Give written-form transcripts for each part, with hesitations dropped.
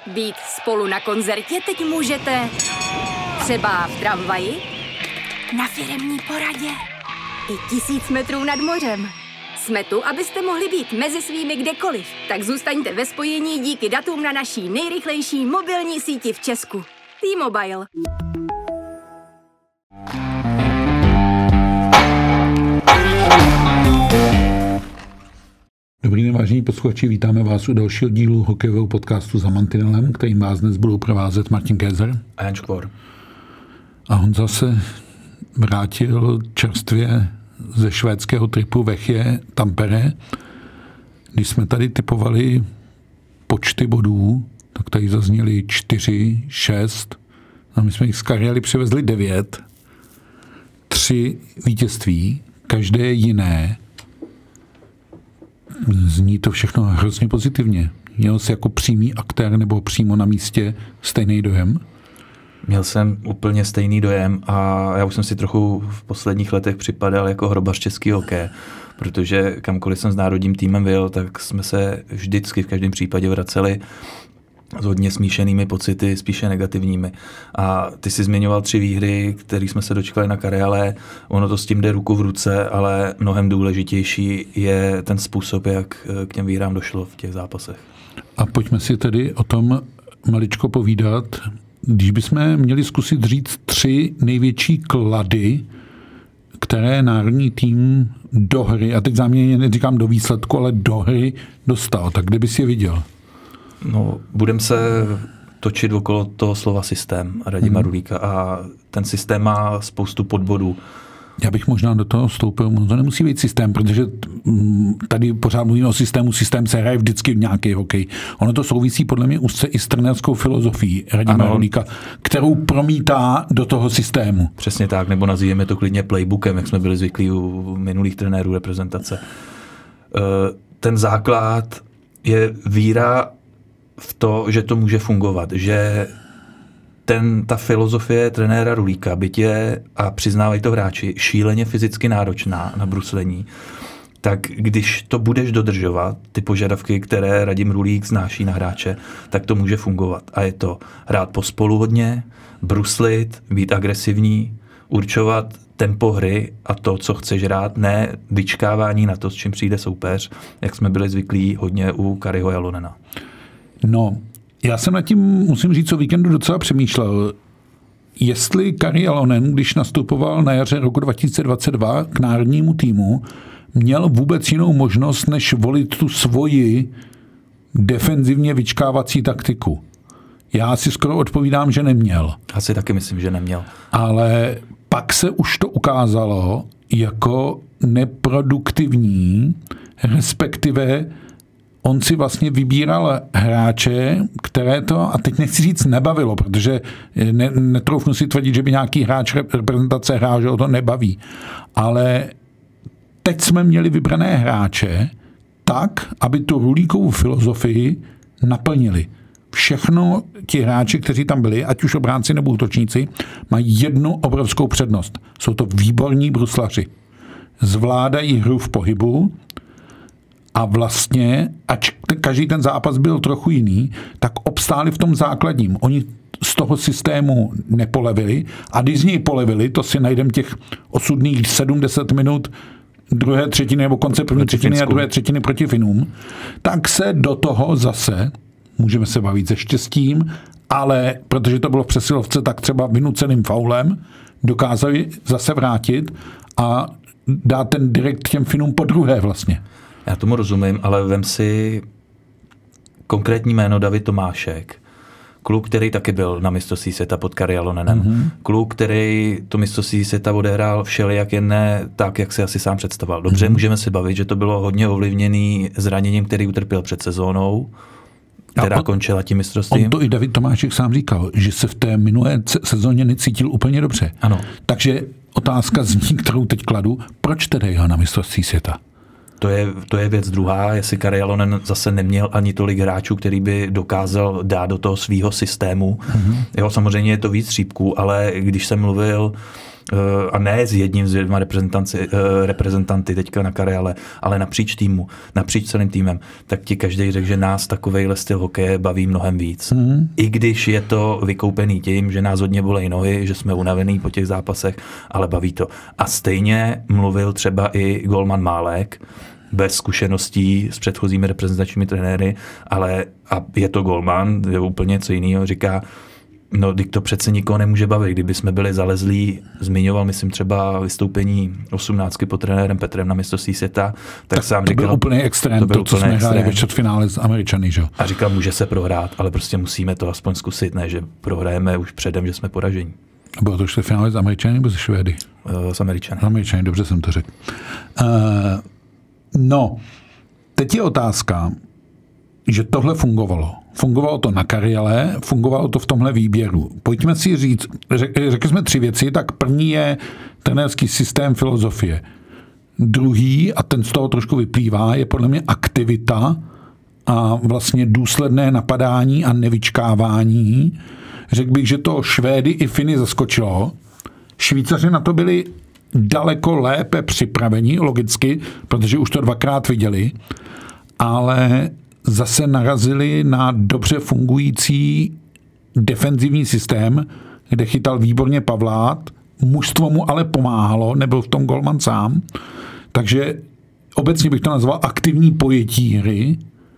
Být spolu na koncertě teď můžete třeba v tramvaji, na firemní poradě i 1000 metrů nad mořem. Jsme tu, abyste mohli být mezi svými kdekoliv. Tak zůstaňte ve spojení díky datům na naší nejrychlejší mobilní síti v Česku. T-Mobile. Dobrý den, vážení posluchači, vítáme vás u dalšího dílu hokejového podcastu Za mantinelem, kterým vás dnes budou provázet Martin Kézer a Jan Škvor. A Honza se vrátil čerstvě ze švédského tripu Vechje Tampere. Když jsme tady typovali počty bodů, tak tady zazněly 4, 6, a my jsme jich z Karjaly přivezli 9, 3 vítězství, každé jiné. Zní to všechno hrozně pozitivně. Měl jsi jako přímý aktér nebo přímo na místě stejný dojem? Měl jsem úplně stejný dojem a já už jsem si trochu v posledních letech připadal jako hrobař český hokej, protože kamkoliv jsem s národním týmem byl, tak jsme se vždycky v každém případě vraceli s hodně smíšenými pocity, spíše negativními. A ty jsi zmiňoval 3 výhry, které jsme se dočkali na Karjale. Ono to s tím jde ruku v ruce, ale mnohem důležitější je ten způsob, jak k těm výhrám došlo v těch zápasech. A pojďme si tedy o tom maličko povídat. Když bychom měli zkusit říct 3 největší klady, které národní tým do hry, a teď záměrně neříkám do výsledku, ale do hry dostal, tak kde bys je viděl? No, budeme se točit okolo toho slova systém Radima Rulíka a ten systém má spoustu podbodů. Já bych možná do toho vstoupil, to nemusí být systém, protože tady pořád mluvíme o systému, systém se hraje vždycky v nějaký hokej. Ono to souvisí podle mě úzce i s trenérskou filozofií Radima Rulíka, kterou promítá do toho systému. Přesně tak, nebo nazýváme to klidně playbookem, jak jsme byli zvyklí u minulých trenérů reprezentace. Ten základ je víra v to, že to může fungovat, že ta filozofie trenéra Rulíka, byť je, a přiznávají to hráči, šíleně fyzicky náročná na bruslení, tak když to budeš dodržovat, ty požadavky, které Radim Rulík znáší na hráče, tak to může fungovat. A je to hrát pospolu hodně, bruslit, být agresivní, určovat tempo hry a to, co chceš hrát, ne vyčkávání na to, s čím přijde soupeř, jak jsme byli zvyklí hodně u Kariho Jalonena. No, já jsem nad tím, musím říct, o víkendu docela přemýšlel, jestli Kari Jalonen, když nastupoval na jaře roku 2022 k národnímu týmu, měl vůbec jinou možnost, než volit tu svoji defenzivně vyčkávací taktiku. Já si skoro odpovídám, že neměl. Asi taky myslím, že neměl. Ale pak se už to ukázalo jako neproduktivní, respektive on si vlastně vybíral hráče, které to, a teď nechci říct nebavilo, protože netroufnu si tvrdit, že by nějaký hráč reprezentace hrál, že o to nebaví. Ale teď jsme měli vybrané hráče tak, aby tu Rulíkovu filozofii naplnili. Všechno ti hráči, kteří tam byli, ať už obránci nebo útočníci, mají jednu obrovskou přednost. Jsou to výborní bruslaři. Zvládají hru v pohybu, a vlastně, ač každý ten zápas byl trochu jiný, tak obstáli v tom základním. Oni z toho systému nepolevili a když z něj polevili, to si najdeme těch osudných 7-10 minut druhé třetiny nebo konce první třetiny a druhé třetiny proti Finům, tak se do toho zase, můžeme se bavit se štěstím, ale protože to bylo v přesilovce, tak třeba vynuceným faulem dokázali zase vrátit a dát ten direkt těm Finům po druhé vlastně. Já tomu rozumím, ale vem si konkrétní jméno David Tomášek. Kluk, který taky byl na mistrovství světa pod Kari Jalonenem. Kluk, který to mistrovství světa odehrál všelijak, jen ne tak, jak si asi sám představoval. Dobře, můžeme si bavit, že to bylo hodně ovlivněný zraněním, který utrpěl před sezónou, která končila tím mistrovstvím. On to i David Tomášek sám říkal, že se v té minulé sezóně necítil úplně dobře. Ano. Takže otázka zní, kterou teď kladu, proč tedy jeho na mistrovství světa? To je věc druhá, jestli Kari Jalonen zase neměl ani tolik hráčů, který by dokázal dát do toho svýho systému. Jo, samozřejmě je to víc střípků, ale když jsem mluvil a ne s jedním, s dvěma reprezentanty teďka na kariále, ale napříč týmu, napříč celým týmem, tak ti každý řekl, že nás takovejhle styl hokeje baví mnohem víc. I když je to vykoupený tím, že nás hodně bolej nohy, že jsme unavený po těch zápasech, ale baví to. A stejně mluvil třeba i golman Málek, bez zkušeností s předchozími reprezentačními trenéry, ale a je to golman, je úplně něco jiného, říká, no, to přece nikoho nemůže bavit. Kdyby jsme byli zalezlí, zmiňoval, myslím, třeba vystoupení 18 pod trenérem Petrem na mistrovství světa, tak sám říkal... To byl úplně extrém, to co jsme hráli ve čtvrtfinále s Američany, že? A říkal, může se prohrát, ale prostě musíme to aspoň zkusit, ne, že prohrajeme už předem, že jsme poražení. Bylo to čtvrtfinále s Američany nebo se Švédy? S Američany. Američany, dobře jsem to řekl. No, teď je otázka, že tohle fungovalo. Fungovalo to na kariéle, fungovalo to v tomhle výběru. Pojďme si říct, řekli jsme 3 věci, tak první je trenérský systém, filozofie. Druhý, a ten z toho trošku vyplývá, je podle mě aktivita a vlastně důsledné napadání a nevyčkávání. Řekl bych, že to Švédy i Finy zaskočilo. Švýcaři na to byli daleko lépe připraveni, logicky, protože už to 2krát viděli, ale zase narazili na dobře fungující defenzivní systém, kde chytal výborně Pavlát, mužstvo mu ale pomáhalo, nebyl v tom golman sám, takže obecně bych to nazval aktivní pojetí hry.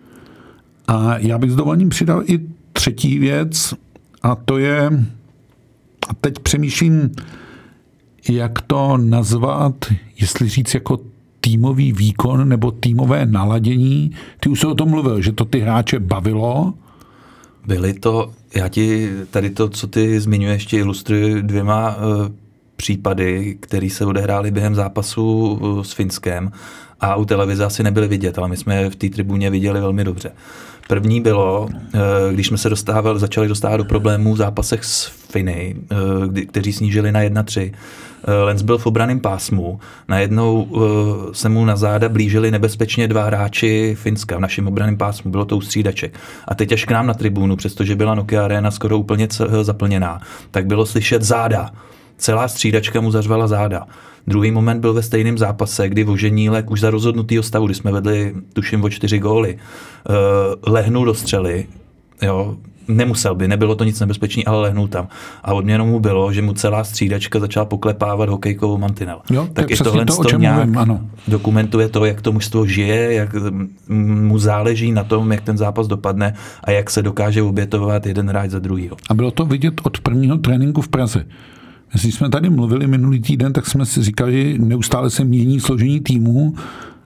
A já bych s dovolením přidal i třetí věc, a to je, a teď přemýšlím, jak to nazvat, jestli říct jako týmový výkon nebo týmové naladění. Ty už se o tom mluvil, že to ty hráče bavilo. Byly to, já ti tady to, co ty zmiňuješ, ještě ilustruji 2 případy, které se odehrály během zápasu s Finskem a u televize asi nebyly vidět, ale my jsme v té tribuně viděli velmi dobře. První bylo, když jsme se začali dostávat do problémů v zápasech s Finy, kteří snížili na 1-3. Lenz byl v obraném pásmu, najednou se mu na záda blížili nebezpečně 2 hráči Finska v našem obraném pásmu, bylo to u střídaček. A teď až k nám na tribunu, přestože byla Nokia Arena skoro úplně zaplněná, tak bylo slyšet záda. Celá střídačka mu zařvala záda. Druhý moment byl ve stejném zápase, kdy Voženílek už za rozhodnutýho stavu, kdy jsme vedli, tuším, o 4 góly, lehnul do střely, jo, nemusel by, nebylo to nic nebezpečný, ale lehnul tam. A odměnou mu bylo, že mu celá střídačka začala poklepávat hokejkovou mantinel. Jo, tak i tohle to nějak dokumentuje to, jak to mužstvo žije, jak mu záleží na tom, jak ten zápas dopadne a jak se dokáže obětovat jeden hráč za druhýho. A bylo to vidět od prvního tréninku v Praze. Když jsme tady mluvili minulý týden, tak jsme si říkali, neustále se mění složení týmu,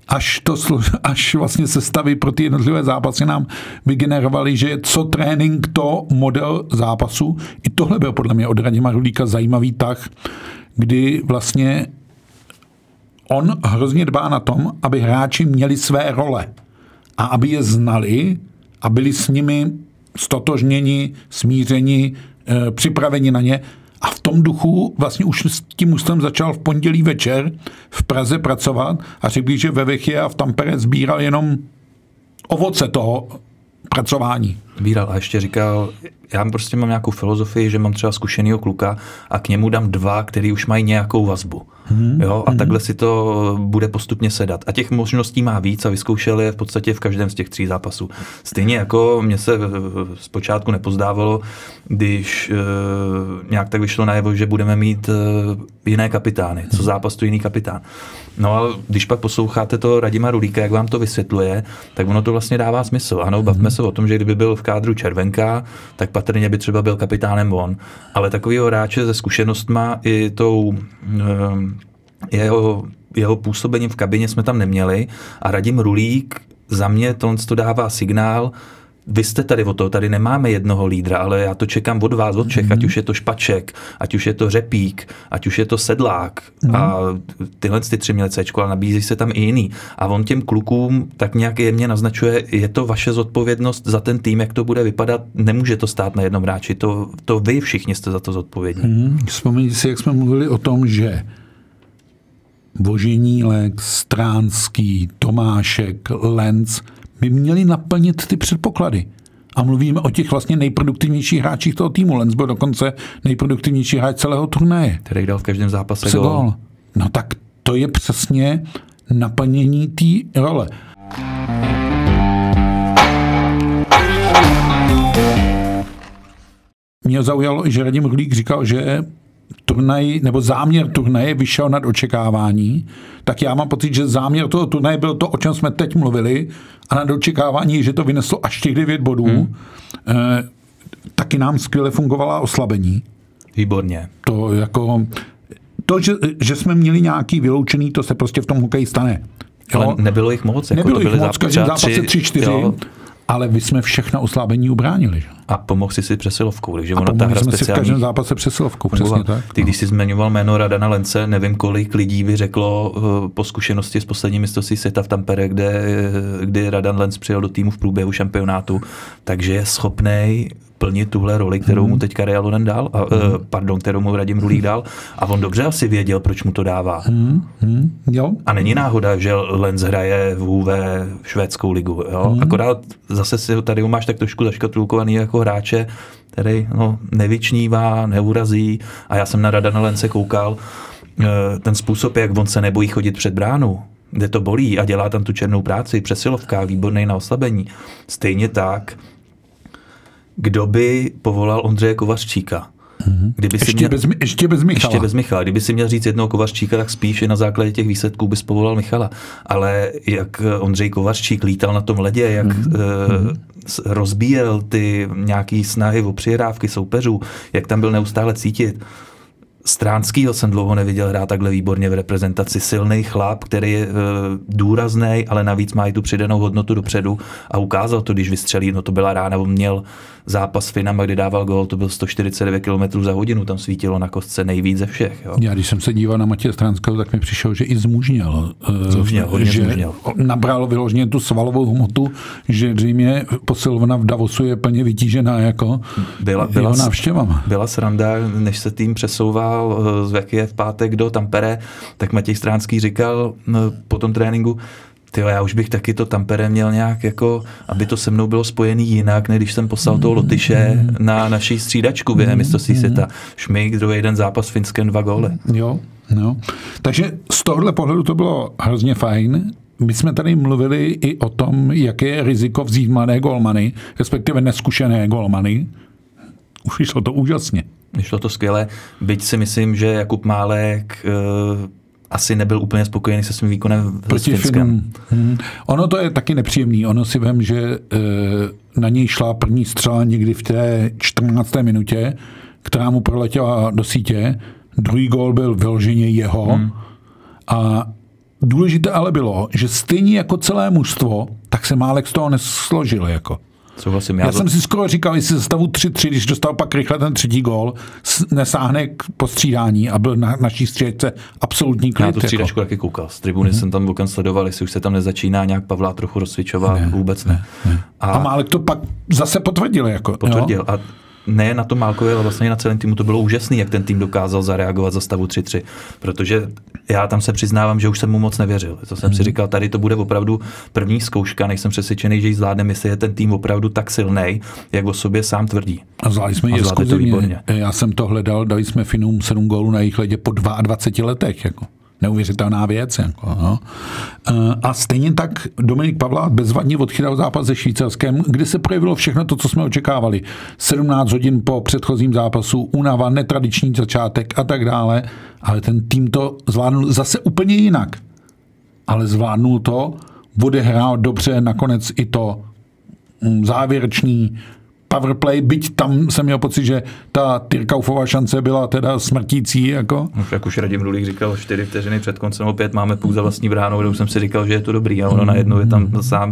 až vlastně sestavy pro ty jednotlivé zápasy nám vygenerovali, že co trénink, to model zápasu. I tohle byl podle mě od Radima Rulíka zajímavý tah, kdy vlastně on hrozně dbá na tom, aby hráči měli své role a aby je znali a byli s nimi stotožněni, smířeni, připraveni na ně. A v tom duchu vlastně už s tím mužstvem začal v pondělí večer v Praze pracovat a řekl, že ve Vechě a v Tampere sbíral jenom ovoce toho pracování. Sbíral a ještě říkal, já prostě mám nějakou filozofii, že mám třeba zkušenýho kluka a k němu dám 2, který už mají nějakou vazbu. Jo? A takhle si to bude postupně sedat. A těch možností má víc a vyzkoušel je v podstatě v každém z těch 3 zápasů. Stejně jako mě se zpočátku nepozdávalo, když nějak tak vyšlo najevo, že budeme mít jiné kapitány. Co zápas, to jiný kapitán. No a když pak posloucháte to Radima Rulíka, jak vám to vysvětluje, tak ono to vlastně dává smysl. Ano, bavme se o tom, že kdyby byl v kádru Červenka, tak patrně by třeba byl kapitánem on. Ale takovýho hráče se zkušenostma i tou jeho působením v kabině jsme tam neměli a Radim Rulík za mě to dává signál, vy jste tady o to, tady nemáme jednoho lídra, ale já to čekám od vás, od všech, ať už je to Špaček, ať už je to Řepík, ať už je to Sedlák a tyhle 3 měli Cčko, ale nabízí se tam i jiný. A on těm klukům tak nějak jemně naznačuje, je to vaše zodpovědnost za ten tým, jak to bude vypadat, nemůže to stát na jednom hráči, to vy všichni jste za to zodpovědní. Vzpomeňte si, jak jsme mluvili o tom, že Voženílek, Stránský, Tomášek, Lenz by měli naplnit ty předpoklady. A mluvíme o těch vlastně nejproduktivnějších hráčích toho týmu. Lenz byl dokonce nejproduktivnější hráč celého turnaje. Který dal v každém zápase gól. No tak to je přesně naplnění té role. Mě zaujalo, že Radim Rulík říkal, že turnaj, nebo záměr turnaje vyšel nad očekávání, tak já mám pocit, že záměr toho turnaje byl to, o čem jsme teď mluvili, a nad očekávání, že to vyneslo až těch 9 bodů. Taky nám skvěle fungovala oslabení. Výborně. To jako... To, že jsme měli nějaký vyloučený, to se prostě v tom hokeji stane. Jo? Ale nebylo jich moc. Nebylo jich moc, každý zápase 3-4, ale vy jsme všechna oslabení ubránili. Že? A pomohl si přesilovkou, takže ono ta hra jsme speciální... si v každém zápase přesilovkou, přesně tak. Ty, když jsi zmiňoval jméno Radana Lence, nevím, kolik lidí by řeklo po zkušenosti s posledním mistrovství světa v Tampere, kdy Radan Lenz přijel do týmu v průběhu šampionátu, takže je schopnej plnit tuhle roli, kterou mu teďka Rea Lonen dal, kterou mu Radim Rulík dal, a on dobře asi věděl, proč mu to dává. Jo. A není náhoda, že Lenz hraje v UV švédskou ligu. Jo? Akorát zase si tady máš tak trošku zaškatulkovaný jako hráče, který nevyčnívá, neurazí, a já jsem na Radana Lence koukal, ten způsob, jak on se nebojí chodit před bránu, kde to bolí a dělá tam tu černou práci, přesilovka, výborný na oslabení. Stejně tak, kdo by povolal Ondřeje Kovařčíka? Ještě bez Michala. Kdyby si měl říct jednoho Kovařčíka, tak spíš i na základě těch výsledků bys povolal Michala. Ale jak Ondřej Kovařčík lítal na tom ledě, jak rozbíjel ty nějaký snahy o přihrávky soupeřů, jak tam byl neustále cítit. Stránskýho jsem dlouho neviděl hrát takhle výborně v reprezentaci. Silný chlap, který je důrazný, ale navíc má i tu přidanou hodnotu dopředu, a ukázal to, když vystřelí. No to byla rána, on měl zápas s Finama, kdy dával gól, to byl 149 km za hodinu, tam svítilo na kostce nejvíc ze všech. Jo. Já když jsem se díval na Matěje Stránského, tak mi přišel, že i zmužněl. Hodně zmužněl. Nabral vyloženě tu svalovou hmotu, že zřejmě posilovna v Davosu je plně vytížená jako jeho návštěvama. Byla sranda, než se tým přesouval z Vekie v pátek do Tampere, tak Matěj Stránský říkal po tom tréninku: tyjo, já už bych taky to Tampere měl nějak jako, aby to se mnou bylo spojený jinak, než když jsem poslal toho Lotyše na naší střídačku během mistrovství světa. Šmík, druhý den zápas s Finskem, 2 góly. Jo. Takže z tohohle pohledu to bylo hrozně fajn. My jsme tady mluvili i o tom, jaké je riziko vzít mladé golmany, respektive neskušené golmany. Už šlo to úžasně. Šlo to skvěle, byť si myslím, že Jakub Málek asi nebyl úplně spokojený se svým výkonem s Finskem. Ono to je taky nepříjemný. Ono si vem, že na něj šla první střela někdy v té 14. minutě, která mu proletěla do sítě. Druhý gól byl vyloženě jeho. A důležité ale bylo, že stejně jako celé mužstvo, tak se Málek z toho nesložil. Jako. Já jsem si skoro říkal, jestli ze stavu 3-3, když dostal pak rychle ten 3. gól, nesáhne k postřídání a byl na naší střídačce absolutní klid. Já tu střídačku taky koukal. Z tribuny jsem tam bokem sledoval, jestli už se tam nezačíná nějak Pavla trochu rozcvičovat. Vůbec ne. A Málek to pak zase potvrdil. Potvrdil. A ne na tom Málkovi, ale vlastně na celém týmu to bylo úžasný, jak ten tým dokázal zareagovat za stavu 3-3. Protože já tam se přiznávám, že už jsem mu moc nevěřil. To jsem si říkal, tady to bude opravdu první zkouška, nejsem přesvědčený, že ji zvládneme, jestli je ten tým opravdu tak silný, jak o sobě sám tvrdí. A zvládli jsme Jirskou země. Já jsem to hledal, dali jsme Finům 7 gólů na jejich ledě po 22 letech. Jako. Neuvěřitelná věc. Jako, no. A stejně tak Dominik Pavlát bezvadně odchytal zápas se Švýcarskem, kde se projevilo všechno to, co jsme očekávali. 17 hodin po předchozím zápasu, únava, netradiční začátek a tak dále. Ale ten tým to zvládnul zase úplně jinak. Ale zvládnul to, odehrál dobře nakonec i to závěrečný powerplay, byť tam jsem měl pocit, že ta Tyrkaufová šance byla teda smrtící. Jako. Jak už Radim Rulík říkal, 4 vteřiny před koncem opět máme půl za vlastní bránou, kde už jsem si říkal, že je to dobrý, a ono najednou je tam sám.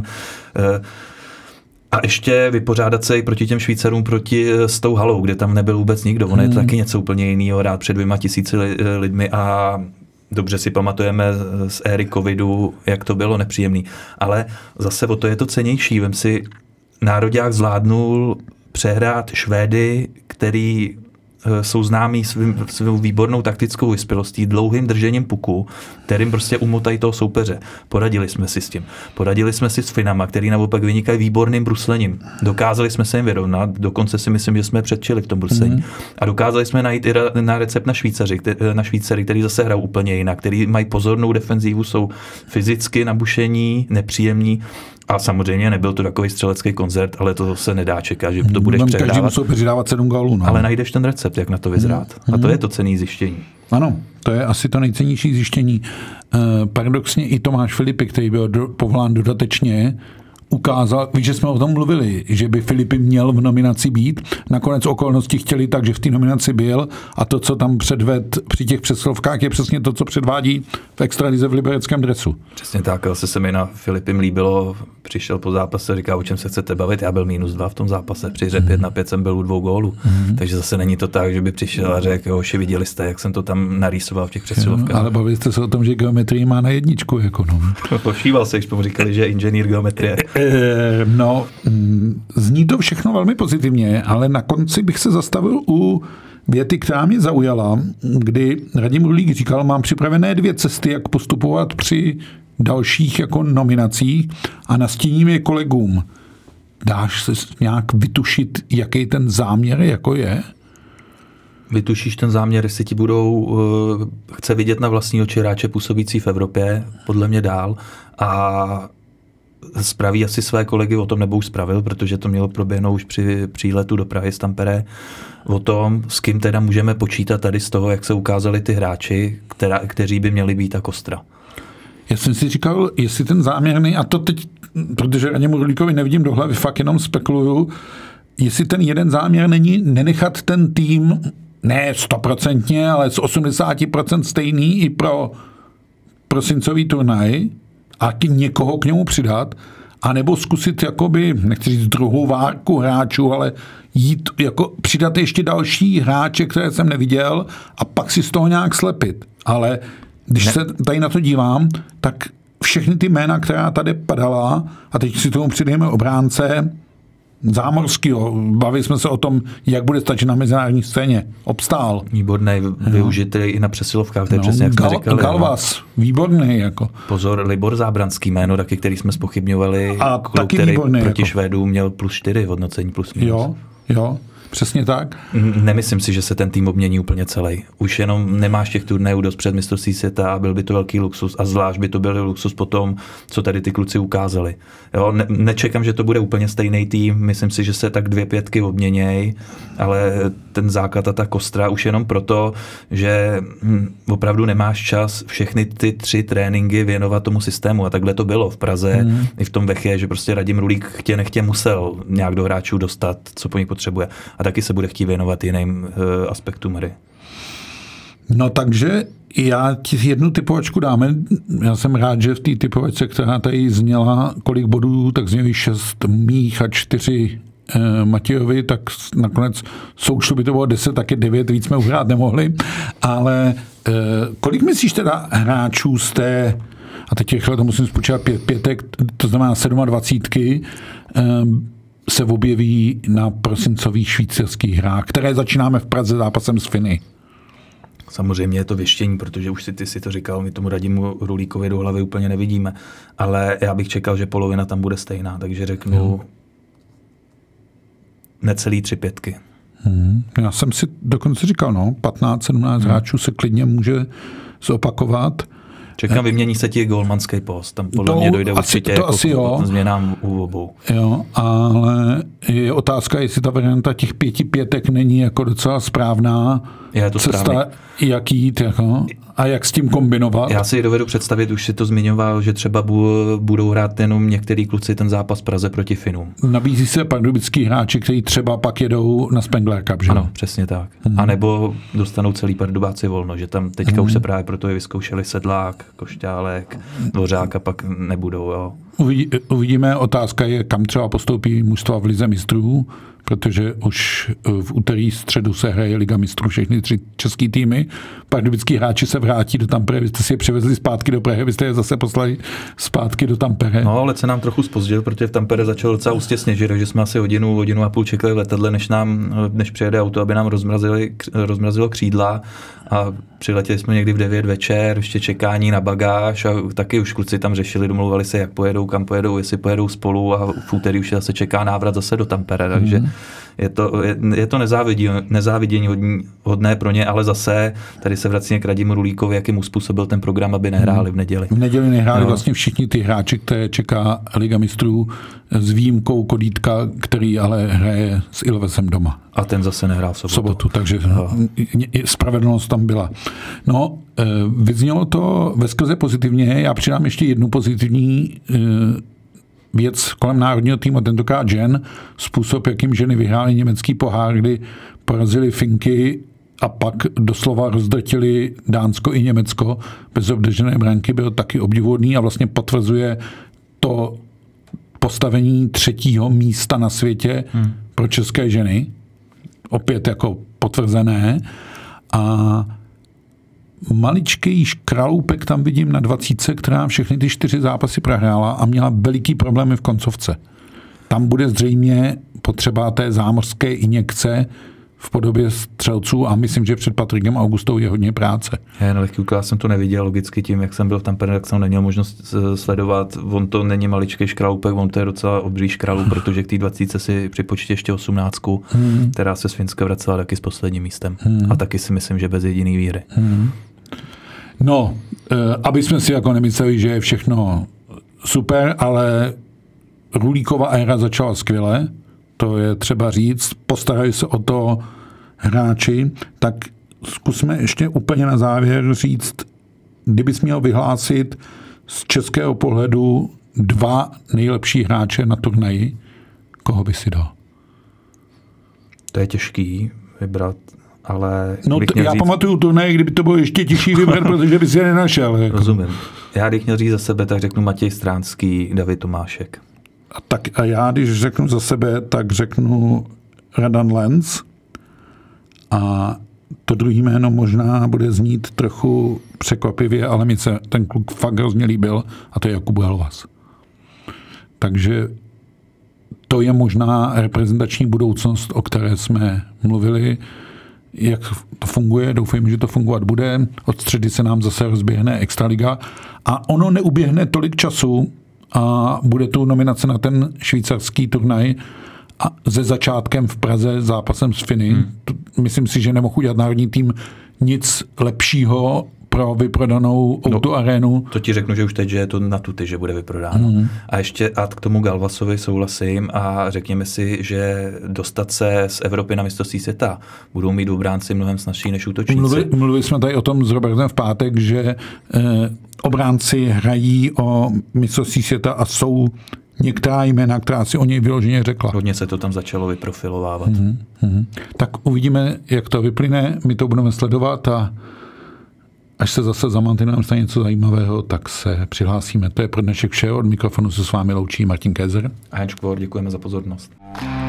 A ještě vypořádat se i proti těm Švýcarům, s tou halou, kde tam nebyl vůbec nikdo. Ono je to taky něco úplně jiného, rád před 2000 lidmi, a dobře si pamatujeme z éry covidu, jak to bylo nepříjemný. Ale zase o to je to cennější. Vem si, nároďák zvládnul přehrát Švédy, který jsou známí svou výbornou taktickou vyspělostí, dlouhým držením puku, kterým prostě umotají toho soupeře. Poradili jsme si s tím. Poradili jsme si s Finama, který naopak vynikají výborným bruslením. Dokázali jsme se jim vyrovnat, dokonce si myslím, že jsme předčili v tom bruslení. A dokázali jsme najít i na recept na Švýcery, který zase hrajou úplně jinak, který mají pozornou defenzívu, jsou fyzicky nabušení, nepříjemní. A samozřejmě nebyl to takový střelecký koncert, ale to se nedá čekat, že to budeš přehrávat. Každý musel přidávat 7 gólů. No. Ale najdeš ten recept, jak na to vyzrát. A to je to cenné zjištění. Ano, to je asi to nejcennější zjištění. Paradoxně i Tomáš Filipy, který byl povolán dodatečně, ukázal, víš, že jsme o tom mluvili, že by Filipy měl v nominaci být. Nakonec okolnosti chtěli tak, že v té nominaci byl a to, co tam předved při těch přesilovkách, je přesně to, co předvádí v extralize v libereckém dresu. Přesně tak, ale se mi na Filipym líbilo, přišel po zápase, říká, o čem se chcete bavit, já byl -2 v tom zápase, při hře 5-5 jsem byl u 2 gólů, takže zase není to tak, že by přišel a řekl, hoši, viděli jste, jak jsem to tam narýsoval v těch přesilovkách. Ale bavili jste se o tom, že geometrii má na 1, jako no. Pošíval se, když mu říkali, že je inženýr geometrie. No, zní to všechno velmi pozitivně, ale na konci bych se zastavil u věty, která mě zaujala, kdy Radim Rulík říkal, mám připravené 2 cesty, jak postupovat při dalších jako nominacích a nastíním je kolegům. Dáš se nějak vytušit, jaký ten záměr jako je? Vytušíš ten záměr, jestli ti chce vidět na vlastní oči hráče působící v Evropě, podle mě dál, a spraví asi své kolegy, o tom nebo už spravil, protože to mělo proběhnout už při příletu do Prahy z Tampere, o tom, s kým teda můžeme počítat tady z toho, jak se ukázali ty hráči, kteří by měli být a Kostra. Já jsem si říkal, jestli ten záměrný, a to teď, protože Radimu Rulíkovi nevidím do hlavy, fakt jenom spekuluju, jestli ten jeden záměr není nenechat ten tým, ne 100%, ale z 80% stejný i pro prosincový turnaj, a někoho k němu přidat, anebo zkusit jakoby, nechci říct druhou várku hráčů, ale jít jako přidat ještě další hráče, které jsem neviděl a pak si z toho nějak slepit. Ale když se tady na to dívám, tak všechny ty jména, která tady padala, a teď si tomu přidejme obránce Zámorskýho, bavili jsme se o tom, jak bude stačit na mezinárodní scéně. Obstál. Výborný, využitý i na přesilovkách, to je přesně, jak jsme říkali. Galvas, výborný. Jako. Pozor, Libor Zábranský, jméno taky, který jsme zpochybňovali. A klub, který výborný, proti jako. Švédům měl +4 hodnocení +. Jo. Přesně tak. Nemyslím si, že se ten tým obmění úplně celý. Už jenom nemáš těch turnajů dost před mistrovství světa a byl by to velký luxus a zvlášť by to byl luxus po tom, co tady ty kluci ukázali. Jo, nečekám, že to bude úplně stejný tým, myslím si, že se tak 2 pětky obměněj, ale ten základ a ta Kostra už jenom proto, že opravdu nemáš čas všechny ty 3 tréninky věnovat tomu systému a takhle to bylo v Praze i v tom Vechě, že prostě Radim Rulík chtě nechtě musel nějak do hráčů dostat, co po nich potřebuje. A taky se bude chtít věnovat jiným aspektům hry. No takže já ti jednu typovačku dáme. Já jsem rád, že v té typovačce, která tady zněla, kolik bodů, tak zněli 6 mých a 4 Matějovi, tak nakonec součtu by to bylo 10, taky 9, víc jsme uhrát nemohli. Ale kolik myslíš teda hráčů z té, a teď rychle to musím spočítat 5, to znamená 27, se objeví na prosincových švýcarských hrách, které začínáme v Praze zápasem s Finy? Samozřejmě je to věštění, protože už ty si to říkal, my tomu Radimu Rulíkovi do hlavy úplně nevidíme, ale já bych čekal, že polovina tam bude stejná, takže řeknu necelý 3 pětky. Já jsem si dokonce říkal, 15-17 hráčů se klidně může zopakovat. Čekám, vymění se ti golmanský post. Tam podle mě dojde určitě jako změnám u obou. Jo, ale je otázka, jestli ta varianta těch 5 pětek není jako docela správná. Je to cesta, správný. Jak jít jako, a jak s tím kombinovat. Já si dovedu představit, už si to zmiňoval, že třeba budou hrát jenom některý kluci ten zápas Praze proti Finům. Nabízí se pardubický hráči, kteří třeba pak jedou na Spengler Cup, že? Ano, přesně tak. A nebo dostanou celý Pardubáci volno, že tam teďka už se právě proto vyzkoušeli Sedlák, Košťálek, Dvořák a pak nebudou. Jo. Uvidíme, otázka je, kam třeba postoupí mužstva v lize mistrů. protože už v úterý, středu se hraje Liga mistrů, všechny 3 český týmy. Pardubický hráči se vrátí do Tampere, vy jste si je přivezli zpátky do Prahy, vy jste je zase poslali zpátky do Tampere. No, ale se nám trochu zpozdil, protože v Tampere začalo docela hustě sněžit, takže jsme asi hodinu a půl čekali v letadle, než přijede auto, aby nám rozmrazilo křídla, a přiletěli jsme někdy v 9 večer, ještě čekání na bagáž a taky už kluci tam řešili, domluvali se, jak pojedou, kam pojedou, jestli pojedou spolu, a v úterý už zase čeká návrat zase do Tampere, takže je to nezávidění hodné pro ně, ale zase tady se vracíme k Radimu Rulíkovi, jaký mu způsobil ten program, aby nehráli v neděli. V neděli nehráli vlastně všichni ty hráči, které čeká Liga mistrů, s výjimkou Kodítka, který ale hraje s Ilvesem doma. A ten zase nehrál v sobotu. Takže spravedlnost tam byla. No, vyznělo to veskrze pozitivně. Já přidám ještě jednu pozitivní věc kolem národního týmu, tentokrát žen, způsob, jakým ženy vyhrály německý pohár, kdy porazili Finky a pak doslova rozdrtili Dánsko i Německo bez obdržené branky, byl taky obdivuhodný a vlastně potvrzuje to postavení 3. místa na světě pro české ženy. Opět jako potvrzené. A maličký Kraloupek tam vidím na 20, která všechny ty 4 zápasy prohrála a měla veliký problémy v koncovce. Tam bude zřejmě potřeba té zámořské injekce v podobě střelců a myslím, že před Patrikem Augustou je hodně práce. Já na lehký úkol jsem to neviděl, logicky tím, jak jsem byl v Tampere, tak jsem neměl možnost sledovat. On to není maličký Škraloupek, on to je docela obří Škraloup, protože k té 20 si připočítě ještě 18, která se z Finska vracela taky s posledním místem. A taky si myslím, že bez jediný výhry. No, aby jsme si jako nemysleli, že je všechno super, ale Rulíkova éra začala skvěle, to je třeba říct, postarají se o to hráči, tak zkusme ještě úplně na závěr říct, kdybys měl vyhlásit z českého pohledu 2 nejlepší hráče na turnaji, koho by si dal? To je těžký vybrat, ale... No já pamatuju turnaj, kdyby to bylo ještě těžší vybrat, protože bys je nenašel. Jako. Rozumím. Já když měl říct za sebe, tak řeknu Matěj Stránský, David Tomášek. A já, když řeknu za sebe, tak řeknu Radan Lenz. A to druhý jméno možná bude znít trochu překvapivě, ale mi se ten kluk fakt hrozně líbil a to je Jakub Helvas. Takže to je možná reprezentační budoucnost, o které jsme mluvili. Jak to funguje, doufejme, že to fungovat bude. Od středy se nám zase rozběhne Extraliga a ono neuběhne tolik času a bude tu nominace na ten švýcarský turnaj a se začátkem v Praze zápasem s Finy. Myslím si, že nemohl udělat národní tým nic lepšího pro vyprodanou arénu. To ti řeknu, že už teď, že je to na tuty, že bude vyprodáno. A ještě k tomu Galvasovi souhlasím a řekněme si, že dostat se z Evropy na mistrovství světa budou mít obránci mnohem snazší než útočníci. Mluvili jsme tady o tom s Robertem v pátek, že obránci hrají o mistrovství světa a jsou některá jména, která si o něj vyloženě řekla. Hodně se to tam začalo vyprofilovávat. Tak uvidíme, jak to vyplyne. My to budeme sledovat a až se zase za mantinelem stane něco zajímavého, tak se přihlásíme. To je pro dnešek vše. Od mikrofonu se s vámi loučí Martin Kézer. A Jan Škvor, děkujeme za pozornost.